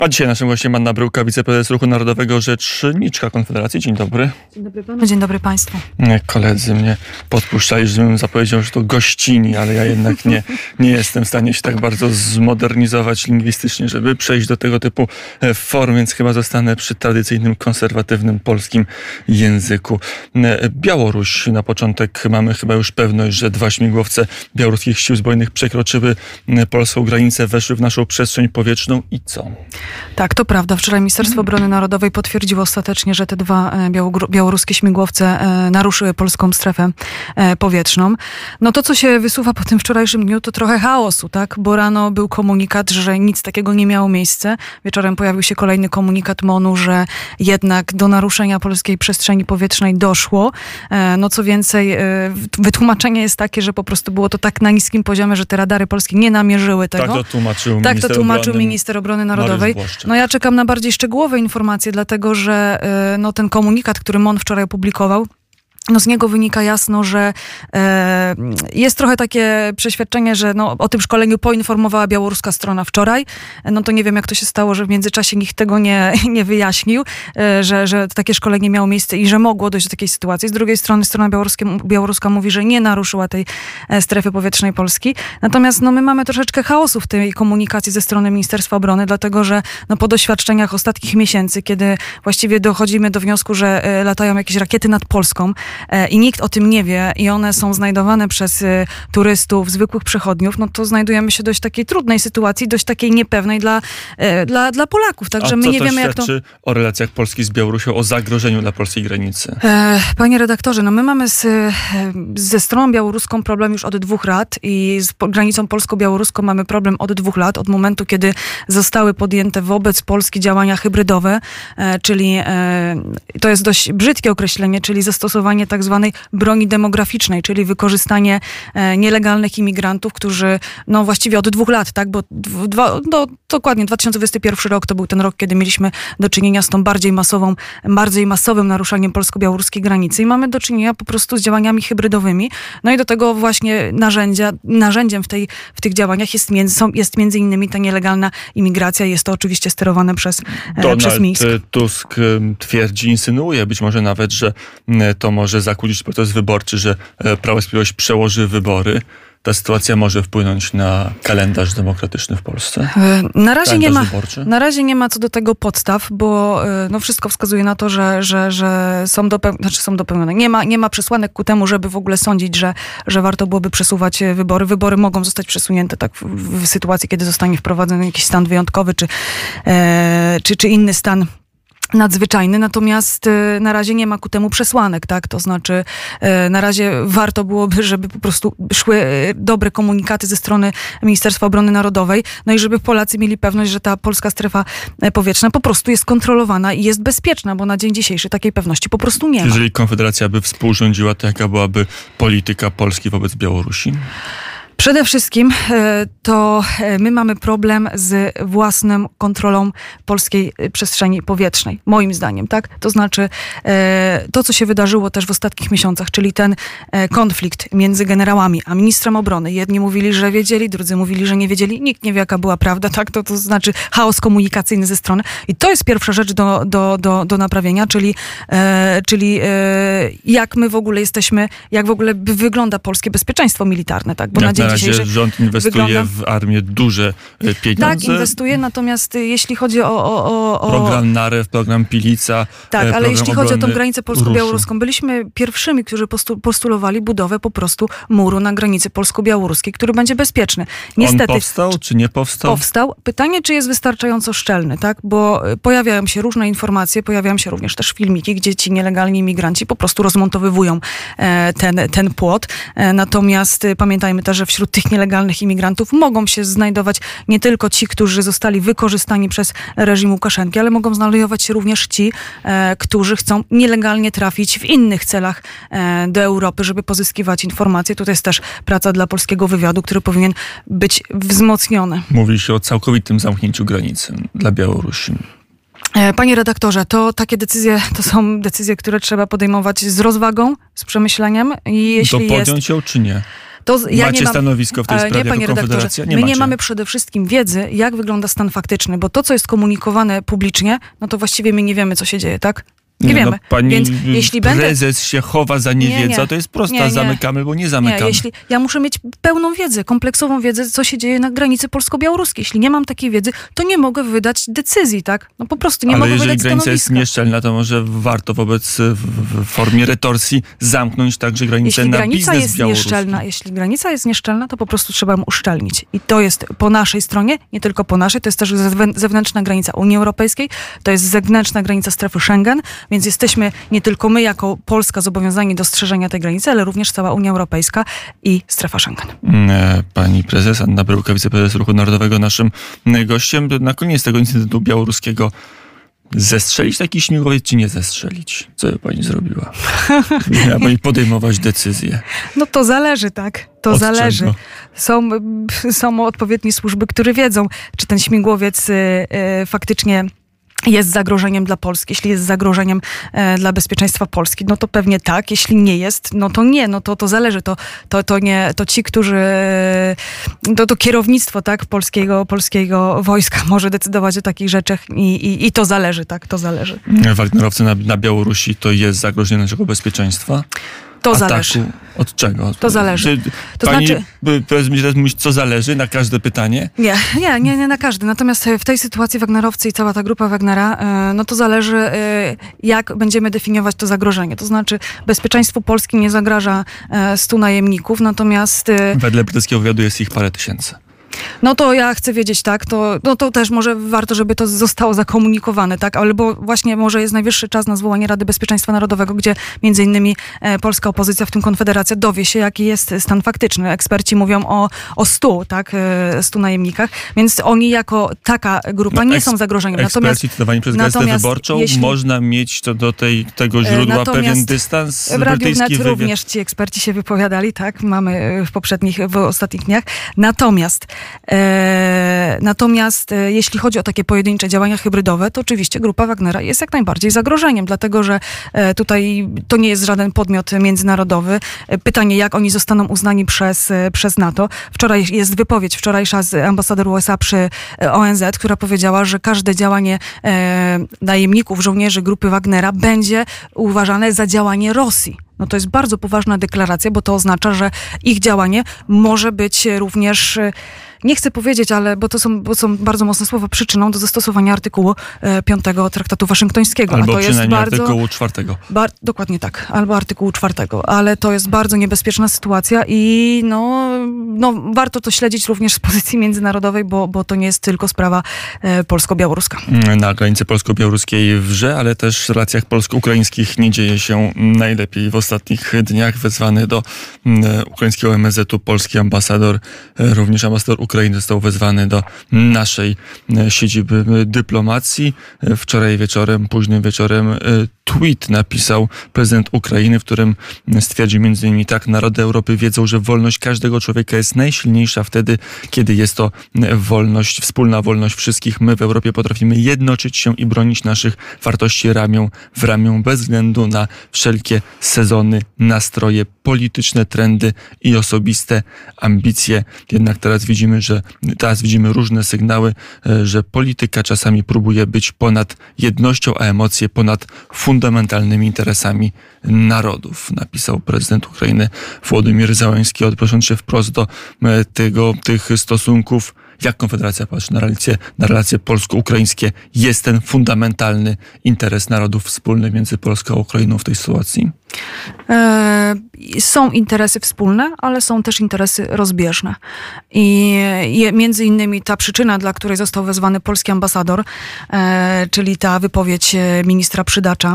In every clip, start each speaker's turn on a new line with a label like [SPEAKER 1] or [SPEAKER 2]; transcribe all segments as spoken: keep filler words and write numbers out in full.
[SPEAKER 1] A dzisiaj naszym gościem Anna Bryłka, wiceprezes Ruchu Narodowego, rzeczniczka Konfederacji. Dzień dobry.
[SPEAKER 2] Dzień dobry panu. Dzień dobry państwu.
[SPEAKER 1] Koledzy mnie podpuszczali, żebym zapowiedział, że to gościni, ale ja jednak nie, nie jestem w stanie się tak bardzo zmodernizować lingwistycznie, żeby przejść do tego typu form, więc chyba zostanę przy tradycyjnym, konserwatywnym polskim języku. Białoruś. Na początek mamy chyba już pewność, że dwa śmigłowce białoruskich sił zbrojnych przekroczyły polską granicę, weszły w naszą przestrzeń powietrzną i co?
[SPEAKER 2] Tak, to prawda. Wczoraj Ministerstwo Obrony Narodowej potwierdziło ostatecznie, że te dwa białoruskie śmigłowce naruszyły polską strefę powietrzną. No to, co się wysuwa po tym wczorajszym dniu, to trochę chaosu, tak? Bo rano był komunikat, że nic takiego nie miało miejsca. Wieczorem pojawił się kolejny komunikat MON-u, że jednak do naruszenia polskiej przestrzeni powietrznej doszło. No co więcej, wytłumaczenie jest takie, że po prostu było to tak na niskim poziomie, że te radary polskie nie namierzyły tego.
[SPEAKER 1] Tak to tłumaczył
[SPEAKER 2] tak
[SPEAKER 1] minister
[SPEAKER 2] to tłumaczył
[SPEAKER 1] obrony,
[SPEAKER 2] minister obrony narodowej. No ja czekam na bardziej szczegółowe informacje, dlatego że no, ten komunikat, który MON wczoraj opublikował, no z niego wynika jasno, że e, jest trochę takie przeświadczenie, że no, o tym szkoleniu poinformowała białoruska strona wczoraj. No to nie wiem, jak to się stało, że w międzyczasie nikt tego nie, nie wyjaśnił, e, że, że takie szkolenie miało miejsce i że mogło dojść do takiej sytuacji. Z drugiej strony strona białoruska mówi, że nie naruszyła tej strefy powietrznej Polski. Natomiast no, my mamy troszeczkę chaosu w tej komunikacji ze strony Ministerstwa Obrony, dlatego że no, po doświadczeniach ostatnich miesięcy, kiedy właściwie dochodzimy do wniosku, że e, latają jakieś rakiety nad Polską, i nikt o tym nie wie i one są znajdowane przez y, turystów, zwykłych przechodniów, no to znajdujemy się w dość takiej trudnej sytuacji, dość takiej niepewnej dla, y, dla, dla Polaków. Także
[SPEAKER 1] A
[SPEAKER 2] my
[SPEAKER 1] co
[SPEAKER 2] nie
[SPEAKER 1] to
[SPEAKER 2] wiemy, jak to
[SPEAKER 1] świadczy o relacjach Polski z Białorusią, o zagrożeniu dla polskiej granicy?
[SPEAKER 2] E, panie redaktorze, no my mamy z, ze stroną białoruską problem już od dwóch lat i z po, granicą polsko-białoruską mamy problem od dwóch lat, od momentu, kiedy zostały podjęte wobec Polski działania hybrydowe, e, czyli e, to jest dość brzydkie określenie, czyli zastosowanie tak zwanej broni demograficznej, czyli wykorzystanie e, nielegalnych imigrantów, którzy no właściwie od dwóch lat, tak, bo dwa, no, dokładnie dwa tysiące dwudziesty pierwszy rok to był ten rok, kiedy mieliśmy do czynienia z tą bardziej masową, bardziej masowym naruszaniem polsko-białoruskiej granicy i mamy do czynienia po prostu z działaniami hybrydowymi. No i do tego właśnie narzędzia, narzędziem w, tej, w tych działaniach jest między, są, jest między innymi ta nielegalna imigracja. Jest to oczywiście sterowane przez,
[SPEAKER 1] Donald
[SPEAKER 2] przez Mińsk.
[SPEAKER 1] Tusk twierdzi, insynuuje być może nawet, że to może zakłócić proces wyborczy, że Prawo i Sprawiedliwość przełoży wybory. Ta sytuacja może wpłynąć na kalendarz demokratyczny w Polsce?
[SPEAKER 2] Na razie, nie ma,
[SPEAKER 1] wyborczy?
[SPEAKER 2] na razie nie ma co do tego podstaw, bo no, wszystko wskazuje na to, że, że, że są, dopeł, znaczy są dopełnione. Nie ma, nie ma przesłanek ku temu, żeby w ogóle sądzić, że, że warto byłoby przesuwać wybory. Wybory mogą zostać przesunięte tak w, w sytuacji, kiedy zostanie wprowadzony jakiś stan wyjątkowy, czy, e, czy, czy inny stan nadzwyczajny, natomiast y, na razie nie ma ku temu przesłanek, tak? To znaczy y, na razie warto byłoby, żeby po prostu szły y, dobre komunikaty ze strony Ministerstwa Obrony Narodowej, no i żeby Polacy mieli pewność, że ta polska strefa powietrzna po prostu jest kontrolowana i jest bezpieczna, bo na dzień dzisiejszy takiej pewności po prostu nie ma.
[SPEAKER 1] Jeżeli Konfederacja by współrządziła, to jaka byłaby polityka Polski wobec Białorusi?
[SPEAKER 2] Przede wszystkim to my mamy problem z własną kontrolą polskiej przestrzeni powietrznej, moim zdaniem, tak? To znaczy to, co się wydarzyło też w ostatnich miesiącach, czyli ten konflikt między generałami a ministrem obrony. Jedni mówili, że wiedzieli, drudzy mówili, że nie wiedzieli. Nikt nie wie, jaka była prawda, tak? To, to znaczy chaos komunikacyjny ze strony. I to jest pierwsza rzecz do, do, do, do naprawienia, czyli, czyli jak my w ogóle jesteśmy, jak w ogóle wygląda polskie bezpieczeństwo militarne, tak? Bo
[SPEAKER 1] jak
[SPEAKER 2] na dzień
[SPEAKER 1] Na razie rząd inwestuje wygląda... w armię duże pieniądze.
[SPEAKER 2] Tak, inwestuje, natomiast jeśli chodzi o... o, o
[SPEAKER 1] program Narew, program Pilica.
[SPEAKER 2] Tak, ale jeśli chodzi o tą granicę polsko-białoruską, byliśmy pierwszymi, którzy postulowali budowę po prostu muru na granicy polsko-białoruskiej, który będzie bezpieczny. Niestety,
[SPEAKER 1] On powstał, czy nie powstał?
[SPEAKER 2] Powstał. Pytanie, czy jest wystarczająco szczelny, tak? Bo pojawiają się różne informacje, pojawiają się również też filmiki, gdzie ci nielegalni imigranci po prostu rozmontowywują ten, ten płot. Natomiast pamiętajmy też, że wśród tych nielegalnych imigrantów mogą się znajdować nie tylko ci, którzy zostali wykorzystani przez reżim Łukaszenki, ale mogą znajdować się również ci, e, którzy chcą nielegalnie trafić w innych celach e, do Europy, żeby pozyskiwać informacje. Tutaj jest też praca dla polskiego wywiadu, który powinien być wzmocniony.
[SPEAKER 1] Mówi się o całkowitym zamknięciu granicy dla Białorusi.
[SPEAKER 2] Panie redaktorze, to takie decyzje, to są decyzje, które trzeba podejmować z rozwagą, z przemyśleniem. I jeśli
[SPEAKER 1] to podjąć
[SPEAKER 2] jest...
[SPEAKER 1] ją, czy nie?
[SPEAKER 2] To ja
[SPEAKER 1] Macie
[SPEAKER 2] nie mam,
[SPEAKER 1] stanowisko w tej sprawie
[SPEAKER 2] nie, panie
[SPEAKER 1] jako Konfederacja?
[SPEAKER 2] Nie my macie. Nie mamy przede wszystkim wiedzy, jak wygląda stan faktyczny, bo to, co jest komunikowane publicznie, no to właściwie my nie wiemy, co się dzieje, tak? Nie, nie wiemy.
[SPEAKER 1] No, pani
[SPEAKER 2] Więc jeśli
[SPEAKER 1] prezes
[SPEAKER 2] będę...
[SPEAKER 1] się chowa za niewiedzą, nie, nie. to jest prosta. Nie, nie. Zamykamy, bo nie zamykamy.
[SPEAKER 2] Nie, jeśli... Ja muszę mieć pełną wiedzę, kompleksową wiedzę, co się dzieje na granicy polsko-białoruskiej. Jeśli nie mam takiej wiedzy, to nie mogę wydać decyzji, tak? No po prostu nie
[SPEAKER 1] Ale
[SPEAKER 2] mogę wydać
[SPEAKER 1] jeżeli granica
[SPEAKER 2] stanowiska.
[SPEAKER 1] jest nieszczelna, to może warto wobec w, w formie retorsji zamknąć także granicę
[SPEAKER 2] jeśli
[SPEAKER 1] na
[SPEAKER 2] granica
[SPEAKER 1] biznes
[SPEAKER 2] jest
[SPEAKER 1] białoruski.
[SPEAKER 2] nieszczelna, Jeśli granica jest nieszczelna, to po prostu trzeba ją uszczelnić. I to jest po naszej stronie, nie tylko po naszej, to jest też zewnętrzna granica Unii Europejskiej, to jest zewnętrzna granica strefy Schengen, więc jesteśmy nie tylko my jako Polska zobowiązani do strzeżenia tej granicy, ale również cała Unia Europejska i strefa Schengen.
[SPEAKER 1] Pani prezes Anna Bryłka, wiceprezes Ruchu Narodowego, naszym gościem. Na koniec tego incydentu białoruskiego zestrzelić taki śmigłowiec, czy nie zestrzelić? Co by pani zrobiła? Miała pani podejmować decyzję.
[SPEAKER 2] No to zależy, tak? To
[SPEAKER 1] Od
[SPEAKER 2] zależy.
[SPEAKER 1] czego?
[SPEAKER 2] Są, są odpowiednie służby, które wiedzą, czy ten śmigłowiec y, y, faktycznie jest zagrożeniem dla Polski, jeśli jest zagrożeniem e, dla bezpieczeństwa Polski, no to pewnie tak, jeśli nie jest, no to nie, no to, to zależy, to, to, to nie, to ci, którzy, to, to kierownictwo, tak, polskiego, polskiego wojska może decydować o takich rzeczach i, i, i to zależy, tak, to zależy.
[SPEAKER 1] Wagnerowcy na, na Białorusi to jest zagrożenie naszego bezpieczeństwa?
[SPEAKER 2] To
[SPEAKER 1] Ataku.
[SPEAKER 2] zależy.
[SPEAKER 1] Od czego?
[SPEAKER 2] To zależy.
[SPEAKER 1] Czy
[SPEAKER 2] to
[SPEAKER 1] pani
[SPEAKER 2] znaczy...
[SPEAKER 1] teraz mówić, co zależy na każde pytanie?
[SPEAKER 2] Nie, nie, nie, nie na każde. Natomiast w tej sytuacji Wagnerowcy i cała ta grupa Wagnera, no to zależy, jak będziemy definiować to zagrożenie. To znaczy bezpieczeństwu Polski nie zagraża stu najemników, natomiast...
[SPEAKER 1] Wedle brytyjskiego wywiadu jest ich parę tysięcy.
[SPEAKER 2] No to ja chcę wiedzieć, tak, to, no to też może warto, żeby to zostało zakomunikowane, tak, albo właśnie może jest najwyższy czas na zwołanie Rady Bezpieczeństwa Narodowego, gdzie między innymi e, polska opozycja, w tym Konfederacja, dowie się, jaki jest stan faktyczny. Eksperci mówią o, o stu, tak, e, stu najemnikach, więc oni jako taka grupa no, nie są zagrożeniem.
[SPEAKER 1] Eksperci cytowani przez Gazetę Wyborczą, jeśli, można mieć to do tej, tego źródła pewien dystans.
[SPEAKER 2] W Radiu Wnet również ci eksperci się wypowiadali, tak, mamy w poprzednich, w ostatnich dniach. Natomiast E, natomiast e, jeśli chodzi o takie pojedyncze działania hybrydowe, to oczywiście grupa Wagnera jest jak najbardziej zagrożeniem, dlatego że e, tutaj to nie jest żaden podmiot międzynarodowy. E, pytanie, jak oni zostaną uznani przez, e, przez NATO. Wczoraj jest wypowiedź wczorajsza z ambasador U S A przy e, O N Z, która powiedziała, że każde działanie e, najemników, żołnierzy grupy Wagnera będzie uważane za działanie Rosji. No to jest bardzo poważna deklaracja, bo to oznacza, że ich działanie może być również, nie chcę powiedzieć, ale bo to są, bo są bardzo mocne słowa, przyczyną do zastosowania artykułu piątego Traktatu Waszyngtońskiego.
[SPEAKER 1] Albo
[SPEAKER 2] a to jest bardzo,
[SPEAKER 1] artykułu czwartego.
[SPEAKER 2] Bar, dokładnie tak, albo artykułu czwartego, ale to jest bardzo niebezpieczna sytuacja i no, no warto to śledzić również z pozycji międzynarodowej, bo, bo to nie jest tylko sprawa e, polsko-białoruska.
[SPEAKER 1] Na granicy polsko-białoruskiej wrze, ale też w relacjach polsko-ukraińskich nie dzieje się najlepiej. W ostatnich dniach wezwany do e, ukraińskiego M S Z u polski ambasador, e, również ambasador Ukrainy został wezwany do naszej e, siedziby dyplomacji. E, wczoraj wieczorem, późnym wieczorem e, tweet napisał prezydent Ukrainy, w którym stwierdził między innymi tak: narody Europy wiedzą, że wolność każdego człowieka jest najsilniejsza wtedy, kiedy jest to wolność, wspólna wolność wszystkich. My w Europie potrafimy jednoczyć się i bronić naszych wartości ramię w ramię bez względu na wszelkie sezony, nastroje, polityczne trendy i osobiste ambicje. Jednak teraz widzimy, że teraz widzimy różne sygnały, że polityka czasami próbuje być ponad jednością, a emocje ponad fundamentalnymi interesami narodów, napisał prezydent Ukrainy Wołodymyr Zełenski, odnosząc się wprost do tego, tych stosunków. Jak Konfederacja patrzy na relacje, na relacje polsko-ukraińskie? Jest ten fundamentalny interes narodów wspólny między Polską a Ukrainą w tej sytuacji?
[SPEAKER 2] E, są interesy wspólne, ale są też interesy rozbieżne. I je, między innymi ta przyczyna, dla której został wezwany polski ambasador, e, czyli ta wypowiedź ministra Przydacza,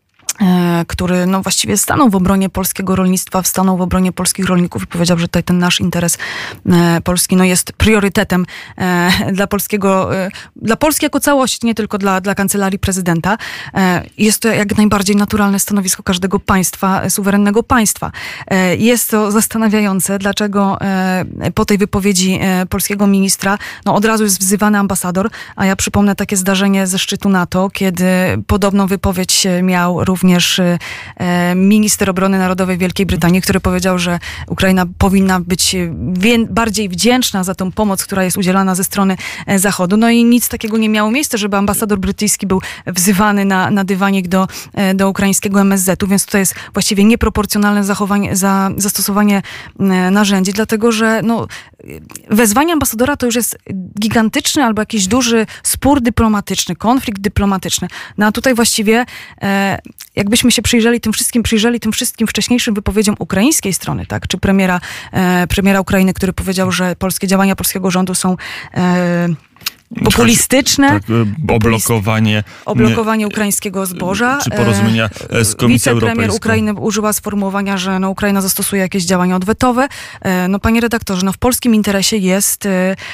[SPEAKER 2] który no właściwie stanął w obronie polskiego rolnictwa, stanął w obronie polskich rolników i powiedział, że tutaj ten nasz interes e, polski no jest priorytetem e, dla polskiego, e, dla Polski jako całości, nie tylko dla, dla kancelarii prezydenta. E, jest to jak najbardziej naturalne stanowisko każdego państwa, suwerennego państwa. E, jest to zastanawiające, dlaczego e, po tej wypowiedzi e, polskiego ministra no od razu jest wzywany ambasador, a ja przypomnę takie zdarzenie ze szczytu NATO, kiedy podobną wypowiedź miał również również minister obrony narodowej Wielkiej Brytanii, który powiedział, że Ukraina powinna być bardziej wdzięczna za tą pomoc, która jest udzielana ze strony Zachodu. No i nic takiego nie miało miejsca, żeby ambasador brytyjski był wzywany na, na dywanik do, do ukraińskiego M S Z-u, więc tutaj jest właściwie nieproporcjonalne zachowanie, za, zastosowanie narzędzi, dlatego że no, wezwanie ambasadora to już jest gigantyczny albo jakiś duży spór dyplomatyczny, konflikt dyplomatyczny. No a tutaj właściwie e, jakbyśmy się przyjrzeli tym wszystkim, przyjrzeli tym wszystkim wcześniejszym wypowiedziom ukraińskiej strony, tak, czy premiera, e, premiera Ukrainy, który powiedział, że polskie działania polskiego rządu są e, populistyczne.
[SPEAKER 1] Tak, oblokowanie.
[SPEAKER 2] Oblokowanie ukraińskiego zboża.
[SPEAKER 1] Czy porozumienia z Komisją
[SPEAKER 2] Wicepremier
[SPEAKER 1] Europejską.
[SPEAKER 2] Ukrainy użyła sformułowania, że no, Ukraina zastosuje jakieś działania odwetowe. No, panie redaktorze, no, w polskim interesie jest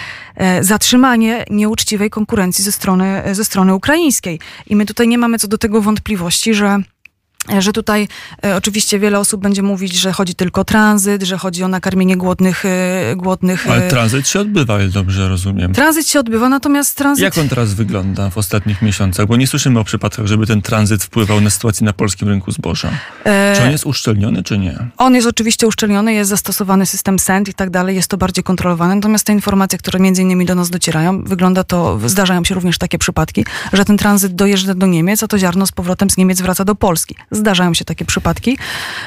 [SPEAKER 2] zatrzymanie nieuczciwej konkurencji ze strony, ze strony ukraińskiej. I my tutaj nie mamy co do tego wątpliwości, że że tutaj e, oczywiście wiele osób będzie mówić, że chodzi tylko o tranzyt, że chodzi o nakarmienie głodnych... E, głodnych
[SPEAKER 1] Ale tranzyt się odbywa, jak dobrze rozumiem.
[SPEAKER 2] Tranzyt się odbywa, natomiast tranzyt...
[SPEAKER 1] Jak on teraz wygląda w ostatnich miesiącach? Bo nie słyszymy o przypadkach, żeby ten tranzyt wpływał na sytuację na polskim rynku zboża. E... Czy on jest uszczelniony, czy nie?
[SPEAKER 2] On jest oczywiście uszczelniony, jest zastosowany system S E N D i tak dalej, jest to bardziej kontrolowane. Natomiast te informacje, które między innymi do nas docierają, wygląda to, zdarzają się również takie przypadki, że ten tranzyt dojeżdża do Niemiec, a to ziarno z powrotem z Niemiec wraca do Polski. Zdarzają się takie przypadki.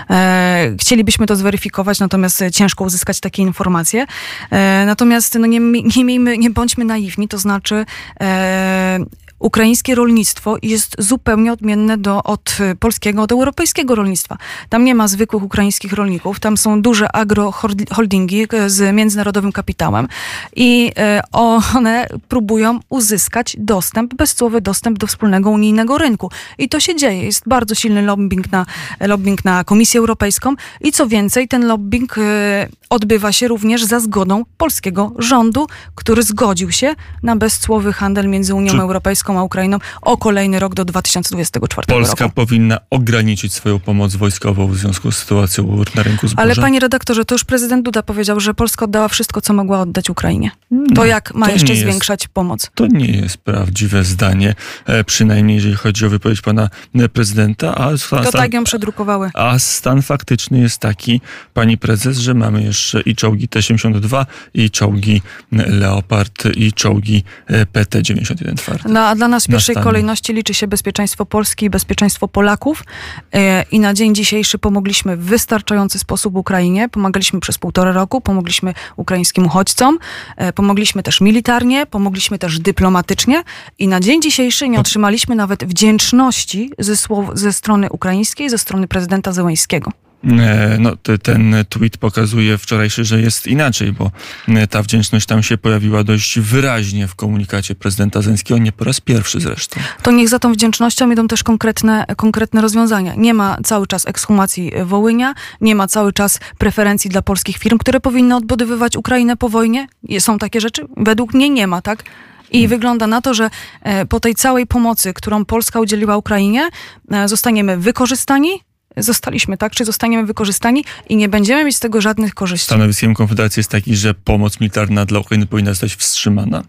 [SPEAKER 2] E, chcielibyśmy to zweryfikować, natomiast ciężko uzyskać takie informacje. E, natomiast no nie, nie, miejmy, nie bądźmy naiwni, to znaczy e, ukraińskie rolnictwo jest zupełnie odmienne do, od polskiego, od europejskiego rolnictwa. Tam nie ma zwykłych ukraińskich rolników, tam są duże agroholdingi z międzynarodowym kapitałem i one próbują uzyskać dostęp, bezcłowy dostęp do wspólnego unijnego rynku. I to się dzieje. Jest bardzo silny lobbying na, lobbying na Komisję Europejską i co więcej, ten lobbying odbywa się również za zgodą polskiego rządu, który zgodził się na bezcłowy handel między Unią Czy... Europejską a Ukrainą o kolejny rok do dwa tysiące dwudziestego czwartego
[SPEAKER 1] Polska
[SPEAKER 2] roku.
[SPEAKER 1] powinna ograniczyć swoją pomoc wojskową w związku z sytuacją na rynku zboża.
[SPEAKER 2] Ale panie redaktorze, to już prezydent Duda powiedział, że Polska oddała wszystko, co mogła oddać Ukrainie. To jak ma to jeszcze zwiększać
[SPEAKER 1] jest,
[SPEAKER 2] pomoc?
[SPEAKER 1] To nie jest prawdziwe zdanie, e, przynajmniej jeżeli chodzi o wypowiedź pana prezydenta. A stan,
[SPEAKER 2] to tak ją przedrukowały.
[SPEAKER 1] A stan faktyczny jest taki, pani prezes, że mamy jeszcze i czołgi T siedemdziesiąt dwa, i czołgi Leopard, i czołgi P T dziewięćdziesiąt jeden twardy.
[SPEAKER 2] No, a dla nas w pierwszej kolejności liczy się bezpieczeństwo Polski i bezpieczeństwo Polaków. I na dzień dzisiejszy pomogliśmy w wystarczający sposób Ukrainie. Pomagaliśmy przez półtora roku, pomogliśmy ukraińskim uchodźcom, pomogliśmy też militarnie, pomogliśmy też dyplomatycznie i na dzień dzisiejszy nie otrzymaliśmy nawet wdzięczności ze, słow, ze strony ukraińskiej, ze strony prezydenta Zełeńskiego.
[SPEAKER 1] No, ten tweet pokazuje wczorajszy, że jest inaczej, bo ta wdzięczność tam się pojawiła dość wyraźnie w komunikacie prezydenta Zełenskiego, nie po raz pierwszy zresztą.
[SPEAKER 2] To niech za tą wdzięcznością idą też konkretne, konkretne rozwiązania. Nie ma cały czas ekshumacji Wołynia, nie ma cały czas preferencji dla polskich firm, które powinny odbudowywać Ukrainę po wojnie. Są takie rzeczy? Według mnie nie ma, tak? I hmm. wygląda na to, że po tej całej pomocy, którą Polska udzieliła Ukrainie, zostaniemy wykorzystani, Zostaliśmy, tak? Czy zostaniemy wykorzystani i nie będziemy mieć z tego żadnych korzyści.
[SPEAKER 1] Stanowiskiem Konfederacji jest taki, że pomoc militarna dla Ukrainy powinna zostać wstrzymana.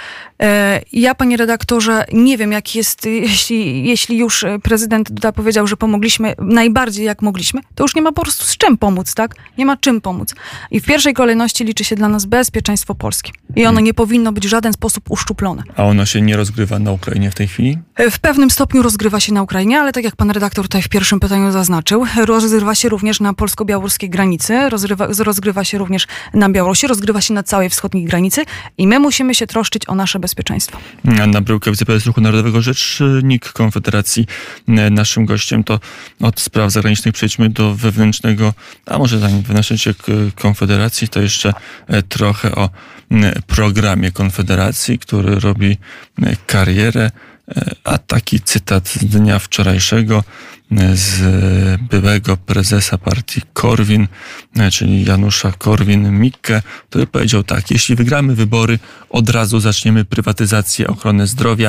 [SPEAKER 2] Ja, panie redaktorze, nie wiem, jak jest, jeśli, jeśli już prezydent Duda powiedział, że pomogliśmy najbardziej jak mogliśmy, to już nie ma po prostu z czym pomóc, tak? Nie ma czym pomóc. I w pierwszej kolejności liczy się dla nas bezpieczeństwo Polski. I ono nie powinno być w żaden sposób uszczuplone.
[SPEAKER 1] A ono się nie rozgrywa na Ukrainie w tej chwili?
[SPEAKER 2] W pewnym stopniu rozgrywa się na Ukrainie, ale tak jak pan redaktor tutaj w pierwszym pytaniu zaznaczył, rozgrywa się również na polsko-białoruskiej granicy, rozgrywa, rozgrywa się również na Białorusi, rozgrywa się na całej wschodniej granicy i my musimy się troszczyć o nasze bezpieczeństwo.
[SPEAKER 1] Anna Bryłka, wiceprezes Ruchu Narodowego, rzecznik Konfederacji. Naszym gościem. To od spraw zagranicznych przejdźmy do wewnętrznego, a może zanim wewnętrznej Konfederacji, to jeszcze trochę o programie Konfederacji, który robi karierę. A taki cytat z dnia wczorajszego z byłego prezesa partii Korwin, czyli Janusza Korwin-Mikke, który powiedział tak: jeśli wygramy wybory, od razu zaczniemy prywatyzację ochrony zdrowia,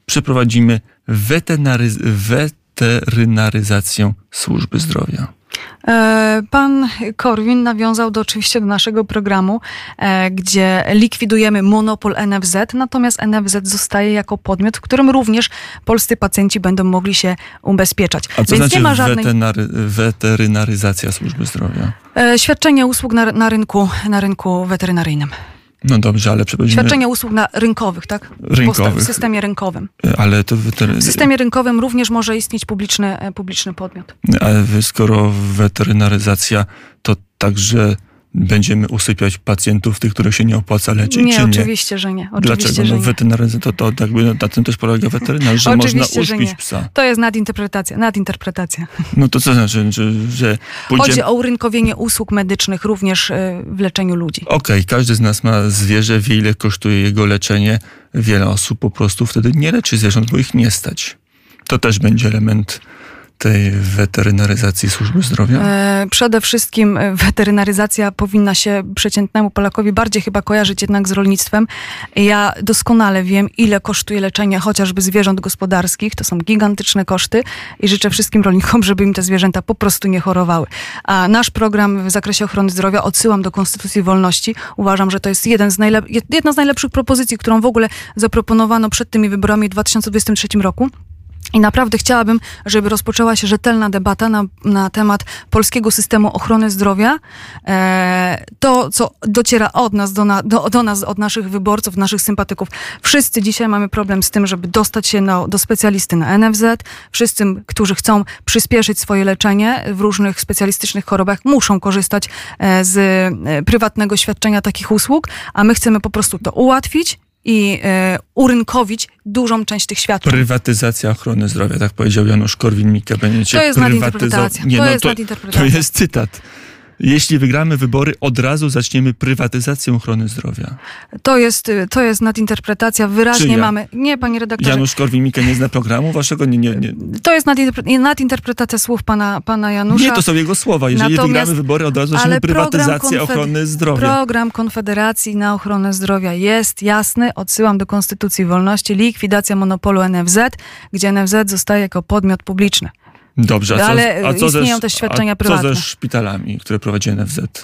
[SPEAKER 1] przeprowadzimy weterynaryz- weterynaryzację służby zdrowia.
[SPEAKER 2] Pan Korwin nawiązał do, oczywiście do naszego programu, gdzie likwidujemy monopol N F Z, natomiast N F Z zostaje jako podmiot, w którym również polscy pacjenci będą mogli się ubezpieczać.
[SPEAKER 1] A co Więc znaczy nie ma żadnej... weterynary, weterynaryzacja służby zdrowia?
[SPEAKER 2] Świadczenie usług na, na, rynku, na rynku weterynaryjnym.
[SPEAKER 1] No dobrze, ale przepraszam.
[SPEAKER 2] Świadczenia usług na rynkowych, tak?
[SPEAKER 1] Rynkowych.
[SPEAKER 2] W systemie rynkowym.
[SPEAKER 1] Ale to wetery...
[SPEAKER 2] W systemie rynkowym również może istnieć publiczny, publiczny podmiot.
[SPEAKER 1] Ale skoro weterynaryzacja, to także będziemy usypiać pacjentów, tych, których się nie opłaca leczyć,
[SPEAKER 2] nie,
[SPEAKER 1] czy nie?
[SPEAKER 2] Oczywiście, że nie. Oczywiście,
[SPEAKER 1] Dlaczego?
[SPEAKER 2] Że
[SPEAKER 1] no,
[SPEAKER 2] nie.
[SPEAKER 1] Weterynaryzacja to, to jakby na tym też polega weterynarz, że
[SPEAKER 2] oczywiście,
[SPEAKER 1] można uśpić
[SPEAKER 2] że
[SPEAKER 1] psa.
[SPEAKER 2] To jest nadinterpretacja. nadinterpretacja.
[SPEAKER 1] No to co znaczy, że, że pójdziemy...
[SPEAKER 2] Chodzi o urynkowienie usług medycznych również w leczeniu ludzi.
[SPEAKER 1] Okej, okay, każdy z nas ma zwierzę, wie ile kosztuje jego leczenie. Wiele osób po prostu wtedy nie leczy zwierząt, bo ich nie stać. To też będzie element tej weterynaryzacji służby zdrowia?
[SPEAKER 2] E, przede wszystkim weterynaryzacja powinna się przeciętnemu Polakowi bardziej chyba kojarzyć jednak z rolnictwem. Ja doskonale wiem, ile kosztuje leczenie chociażby zwierząt gospodarskich. To są gigantyczne koszty i życzę wszystkim rolnikom, żeby im te zwierzęta po prostu nie chorowały. A nasz program w zakresie ochrony zdrowia, odsyłam do Konstytucji Wolności. Uważam, że to jest jeden z najlep- jedna z najlepszych propozycji, którą w ogóle zaproponowano przed tymi wyborami w dwa tysiące dwudziestym trzecim roku. I naprawdę chciałabym, żeby rozpoczęła się rzetelna debata na, na temat polskiego systemu ochrony zdrowia. E, to, co dociera od nas, do, na, do, do nas, od naszych wyborców, naszych sympatyków. Wszyscy dzisiaj mamy problem z tym, żeby dostać się no, do specjalisty na N F Z. Wszyscy, którzy chcą przyspieszyć swoje leczenie w różnych specjalistycznych chorobach, muszą korzystać e, z e, prywatnego świadczenia takich usług, a my chcemy po prostu to ułatwić i e, urynkowić dużą część tych świadczeń.
[SPEAKER 1] Prywatyzacja ochrony zdrowia, tak powiedział Janusz Korwin-Mikke. Będziecie
[SPEAKER 2] to jest nadinterpretacja.
[SPEAKER 1] Nie,
[SPEAKER 2] to,
[SPEAKER 1] no,
[SPEAKER 2] jest
[SPEAKER 1] to,
[SPEAKER 2] nadinterpretacja.
[SPEAKER 1] to jest cytat. Jeśli wygramy wybory, od razu zaczniemy prywatyzację ochrony zdrowia.
[SPEAKER 2] To jest, to jest nadinterpretacja. Wyraźnie
[SPEAKER 1] ja?
[SPEAKER 2] mamy... Nie, panie redaktorze.
[SPEAKER 1] Janusz Korwin-Mikke nie zna programu waszego? Nie, nie, nie.
[SPEAKER 2] To jest nadinterpretacja słów pana, pana Janusza.
[SPEAKER 1] Nie, to są jego słowa. Jeżeli Natomiast, wygramy wybory, od razu zaczniemy prywatyzację konfed... ochrony zdrowia.
[SPEAKER 2] Program Konfederacji na ochronę zdrowia jest jasny. Odsyłam do Konstytucji Wolności. Likwidacja monopolu N F Z, gdzie N F Z zostaje jako podmiot publiczny.
[SPEAKER 1] Dobrze, a co,
[SPEAKER 2] ale
[SPEAKER 1] a co
[SPEAKER 2] istnieją
[SPEAKER 1] ze,
[SPEAKER 2] też świadczenia
[SPEAKER 1] a
[SPEAKER 2] prywatne.
[SPEAKER 1] Co ze szpitalami, które prowadzi N F Z?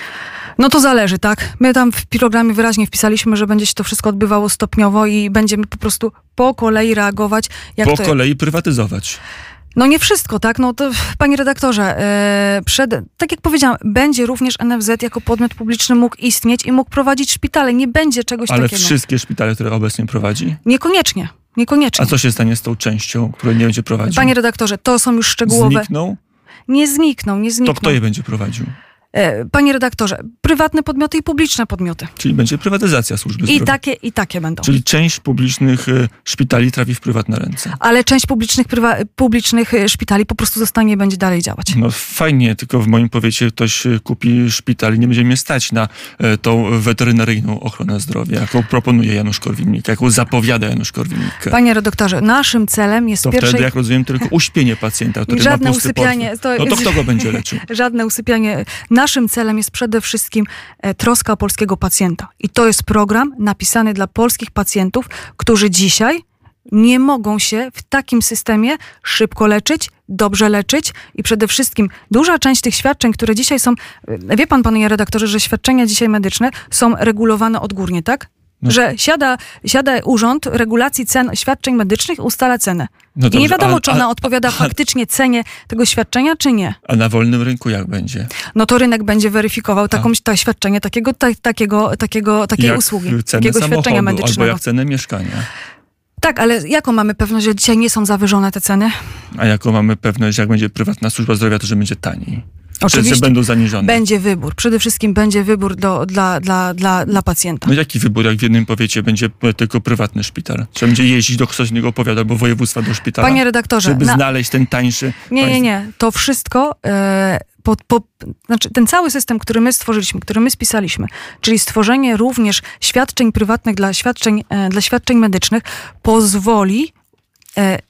[SPEAKER 2] No to zależy, tak? My tam w programie wyraźnie wpisaliśmy, że będzie się to wszystko odbywało stopniowo i będziemy po prostu po kolei reagować. Jak
[SPEAKER 1] po
[SPEAKER 2] to...
[SPEAKER 1] kolei prywatyzować.
[SPEAKER 2] No nie wszystko, tak? No to, panie redaktorze, yy, przed, tak jak powiedziałam, będzie również N F Z jako podmiot publiczny mógł istnieć i mógł prowadzić szpitale. Nie będzie czegoś
[SPEAKER 1] Ale
[SPEAKER 2] takiego.
[SPEAKER 1] Ale wszystkie szpitale, które obecnie prowadzi?
[SPEAKER 2] Niekoniecznie. Niekoniecznie.
[SPEAKER 1] A co się stanie z tą częścią, której nie będzie prowadził?
[SPEAKER 2] Panie redaktorze, to są już szczegółowe...
[SPEAKER 1] Znikną?
[SPEAKER 2] Nie znikną, nie znikną.
[SPEAKER 1] To kto je będzie prowadził?
[SPEAKER 2] Panie redaktorze, prywatne podmioty i publiczne podmioty.
[SPEAKER 1] Czyli będzie prywatyzacja służby zdrowia.
[SPEAKER 2] I takie, i takie będą.
[SPEAKER 1] Czyli część publicznych szpitali trafi w prywatne ręce.
[SPEAKER 2] Ale część publicznych, prywa- publicznych szpitali po prostu zostanie i będzie dalej działać.
[SPEAKER 1] No fajnie, tylko w moim powiecie ktoś kupi szpital i nie będzie mnie stać na tą weterynaryjną ochronę zdrowia, jaką proponuje Janusz Korwin-Mikke, jaką zapowiada Janusz Korwin-Mikke.
[SPEAKER 2] Panie redaktorze, naszym celem jest
[SPEAKER 1] to
[SPEAKER 2] pierwszej...
[SPEAKER 1] wtedy, jak rozumiem, tylko uśpienie pacjenta, który
[SPEAKER 2] żadne
[SPEAKER 1] ma pusty
[SPEAKER 2] usypianie, to
[SPEAKER 1] No to kto go będzie leczył?
[SPEAKER 2] Żadne usypianie... Naszym celem jest przede wszystkim e, troska o polskiego pacjenta. I to jest program napisany dla polskich pacjentów, którzy dzisiaj nie mogą się w takim systemie szybko leczyć, dobrze leczyć i przede wszystkim duża część tych świadczeń, które dzisiaj są... Wie pan, panie redaktorze, że świadczenia dzisiaj medyczne są regulowane odgórnie, tak? No. Że siada, siada urząd regulacji cen świadczeń medycznych, ustala cenę. No dobrze, I nie wiadomo, a, czy ona a, odpowiada a, faktycznie cenie tego świadczenia, czy nie.
[SPEAKER 1] A na wolnym rynku jak będzie?
[SPEAKER 2] No to rynek będzie weryfikował taką, ta świadczenie takiego, ta, takiego, takiego, takiej
[SPEAKER 1] jak
[SPEAKER 2] usługi,
[SPEAKER 1] cenę
[SPEAKER 2] takiego świadczenia medycznego.
[SPEAKER 1] Albo jak cenę mieszkania.
[SPEAKER 2] Tak, ale jaką mamy pewność, że dzisiaj nie są zawyżone te ceny?
[SPEAKER 1] A jaką mamy pewność, że jak będzie prywatna służba zdrowia, to że będzie taniej?
[SPEAKER 2] Oczywiście
[SPEAKER 1] że będą zaniżone.
[SPEAKER 2] Będzie wybór. Przede wszystkim będzie wybór do, dla, dla, dla, dla pacjenta.
[SPEAKER 1] No jaki wybór, jak w jednym powiecie będzie tylko prywatny szpital? Czy będzie jeździć do sąsiedniego powiatu albo województwa do szpitala?
[SPEAKER 2] Panie redaktorze.
[SPEAKER 1] Żeby
[SPEAKER 2] na...
[SPEAKER 1] znaleźć ten tańszy...
[SPEAKER 2] Nie, nie, nie. To wszystko... E, po, po, znaczy ten cały system, który my stworzyliśmy, który my spisaliśmy, czyli stworzenie również świadczeń prywatnych dla świadczeń, e, dla świadczeń medycznych pozwoli... E,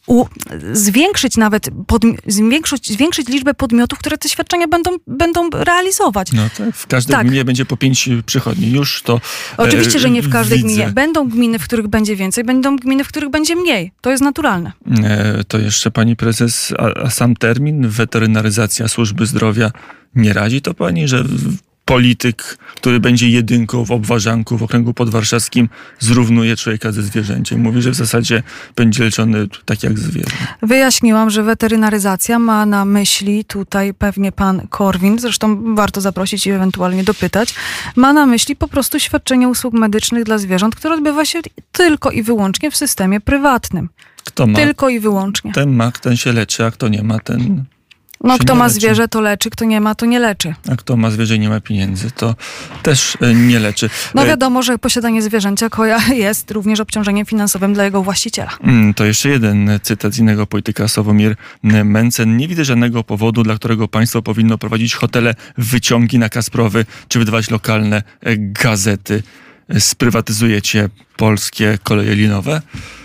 [SPEAKER 2] u, zwiększyć nawet, pod, zwiększyć, zwiększyć liczbę podmiotów, które te świadczenia będą, będą realizować.
[SPEAKER 1] No tak, w każdej
[SPEAKER 2] tak.
[SPEAKER 1] gminie będzie po pięć przychodni. Już to
[SPEAKER 2] Oczywiście,
[SPEAKER 1] e,
[SPEAKER 2] że nie w każdej
[SPEAKER 1] widzę.
[SPEAKER 2] gminie. Będą gminy, w których będzie więcej, będą gminy, w których będzie mniej. To jest naturalne.
[SPEAKER 1] E, to jeszcze pani prezes, a, a sam termin weterynaryzacja służby zdrowia nie radzi to pani, że polityk, który będzie jedynką w obwarzanku w okręgu podwarszawskim, zrównuje człowieka ze zwierzęciem. Mówi, że w zasadzie będzie leczony tak jak zwierzę.
[SPEAKER 2] Wyjaśniłam, że weterynaryzacja ma na myśli tutaj pewnie pan Korwin, zresztą warto zaprosić i ewentualnie dopytać, ma na myśli po prostu świadczenie usług medycznych dla zwierząt, które odbywa się tylko i wyłącznie w systemie prywatnym.
[SPEAKER 1] Kto ma,
[SPEAKER 2] tylko i wyłącznie.
[SPEAKER 1] Ten ma, ten się leczy, a kto nie ma, ten
[SPEAKER 2] No kto ma
[SPEAKER 1] leczy.
[SPEAKER 2] zwierzę, to leczy, kto nie ma, to nie leczy.
[SPEAKER 1] A kto ma zwierzę i nie ma pieniędzy, to też nie leczy.
[SPEAKER 2] No wiadomo, że posiadanie zwierzęcia koja jest również obciążeniem finansowym dla jego właściciela.
[SPEAKER 1] To jeszcze jeden cytat z innego polityka, Sławomir Mencen. Nie widzę żadnego powodu, dla którego państwo powinno prowadzić hotele, wyciągi na Kasprowy, czy wydawać lokalne gazety. Sprywatyzujecie polskie koleje linowe?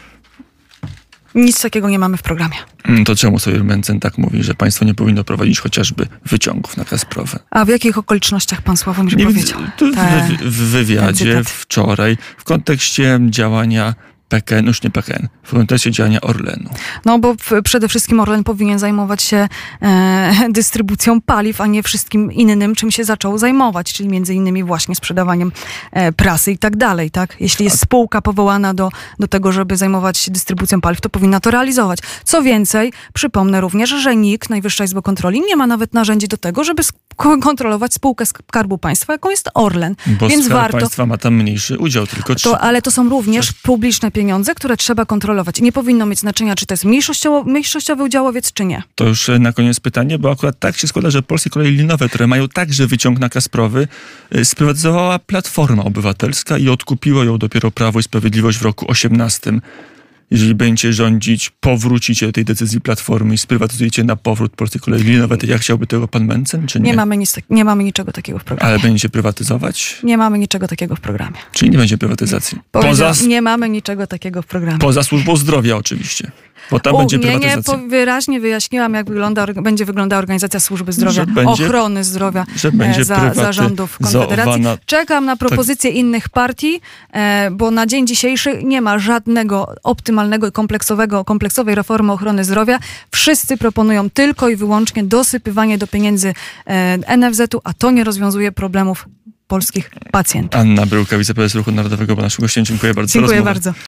[SPEAKER 2] Nic takiego nie mamy w programie.
[SPEAKER 1] To czemu Sławomir Mencen tak mówi, że państwo nie powinno prowadzić chociażby wyciągów na Kasprowy?
[SPEAKER 2] A w jakich okolicznościach pan Sławomir
[SPEAKER 1] Nie,
[SPEAKER 2] powiedział?
[SPEAKER 1] To w, w wywiadzie wczoraj w kontekście działania P K N, już nie P K N, w kontekście działania Orlenu.
[SPEAKER 2] No bo w, przede wszystkim Orlen powinien zajmować się e, dystrybucją paliw, a nie wszystkim innym, czym się zaczął zajmować, czyli między innymi właśnie sprzedawaniem e, prasy i tak dalej, tak? Jeśli jest spółka powołana do, do tego, żeby zajmować się dystrybucją paliw, to powinna to realizować. Co więcej, przypomnę również, że N I K, Najwyższa Izba Kontroli, nie ma nawet narzędzi do tego, żeby kontrolować spółkę Skarbu Państwa, jaką jest Orlen.
[SPEAKER 1] Bo
[SPEAKER 2] Więc
[SPEAKER 1] Skarb
[SPEAKER 2] warto,
[SPEAKER 1] Państwa ma tam mniejszy udział, tylko trzy.
[SPEAKER 2] To, ale to są również publiczne pieniądze, które trzeba kontrolować. I nie powinno mieć znaczenia, czy to jest mniejszościowy, mniejszościowy udziałowiec, czy nie.
[SPEAKER 1] To już na koniec pytanie, bo akurat tak się składa, że Polskie Koleje Linowe, które mają także wyciąg na Kasprowy, sprywatyzowała Platforma Obywatelska i odkupiło ją dopiero Prawo i Sprawiedliwość w roku osiemnastym. Jeżeli będziecie rządzić, powrócicie do tej decyzji Platformy i sprywatyzujecie na powrót Polskie Koleje Linowe, to jak chciałby tego pan Mencen, czy nie?
[SPEAKER 2] Nie mamy, nic, nie mamy niczego takiego w programie.
[SPEAKER 1] Ale będziecie prywatyzować?
[SPEAKER 2] Nie mamy niczego takiego w programie.
[SPEAKER 1] Czyli nie będzie prywatyzacji?
[SPEAKER 2] Poza, nie mamy niczego takiego w programie.
[SPEAKER 1] Poza służbą zdrowia oczywiście. Bo tam
[SPEAKER 2] U,
[SPEAKER 1] będzie
[SPEAKER 2] nie,
[SPEAKER 1] prywatyzacja.
[SPEAKER 2] Nie, wyraźnie wyjaśniłam, jak wygląda, będzie wyglądała organizacja służby zdrowia,
[SPEAKER 1] będzie,
[SPEAKER 2] ochrony zdrowia
[SPEAKER 1] że będzie
[SPEAKER 2] za, zarządów Konfederacji. Czekam na propozycje tak. innych partii, e, bo na dzień dzisiejszy nie ma żadnego optymalnego i kompleksowego, kompleksowej reformy ochrony zdrowia. Wszyscy proponują tylko i wyłącznie dosypywanie do pieniędzy e, N F Z-u, a to nie rozwiązuje problemów polskich pacjentów.
[SPEAKER 1] Anna Bryłka, wiceprezes Ruchu Narodowego, była naszym gościem. Dziękuję bardzo
[SPEAKER 2] Dziękuję
[SPEAKER 1] za rozmowę.
[SPEAKER 2] bardzo.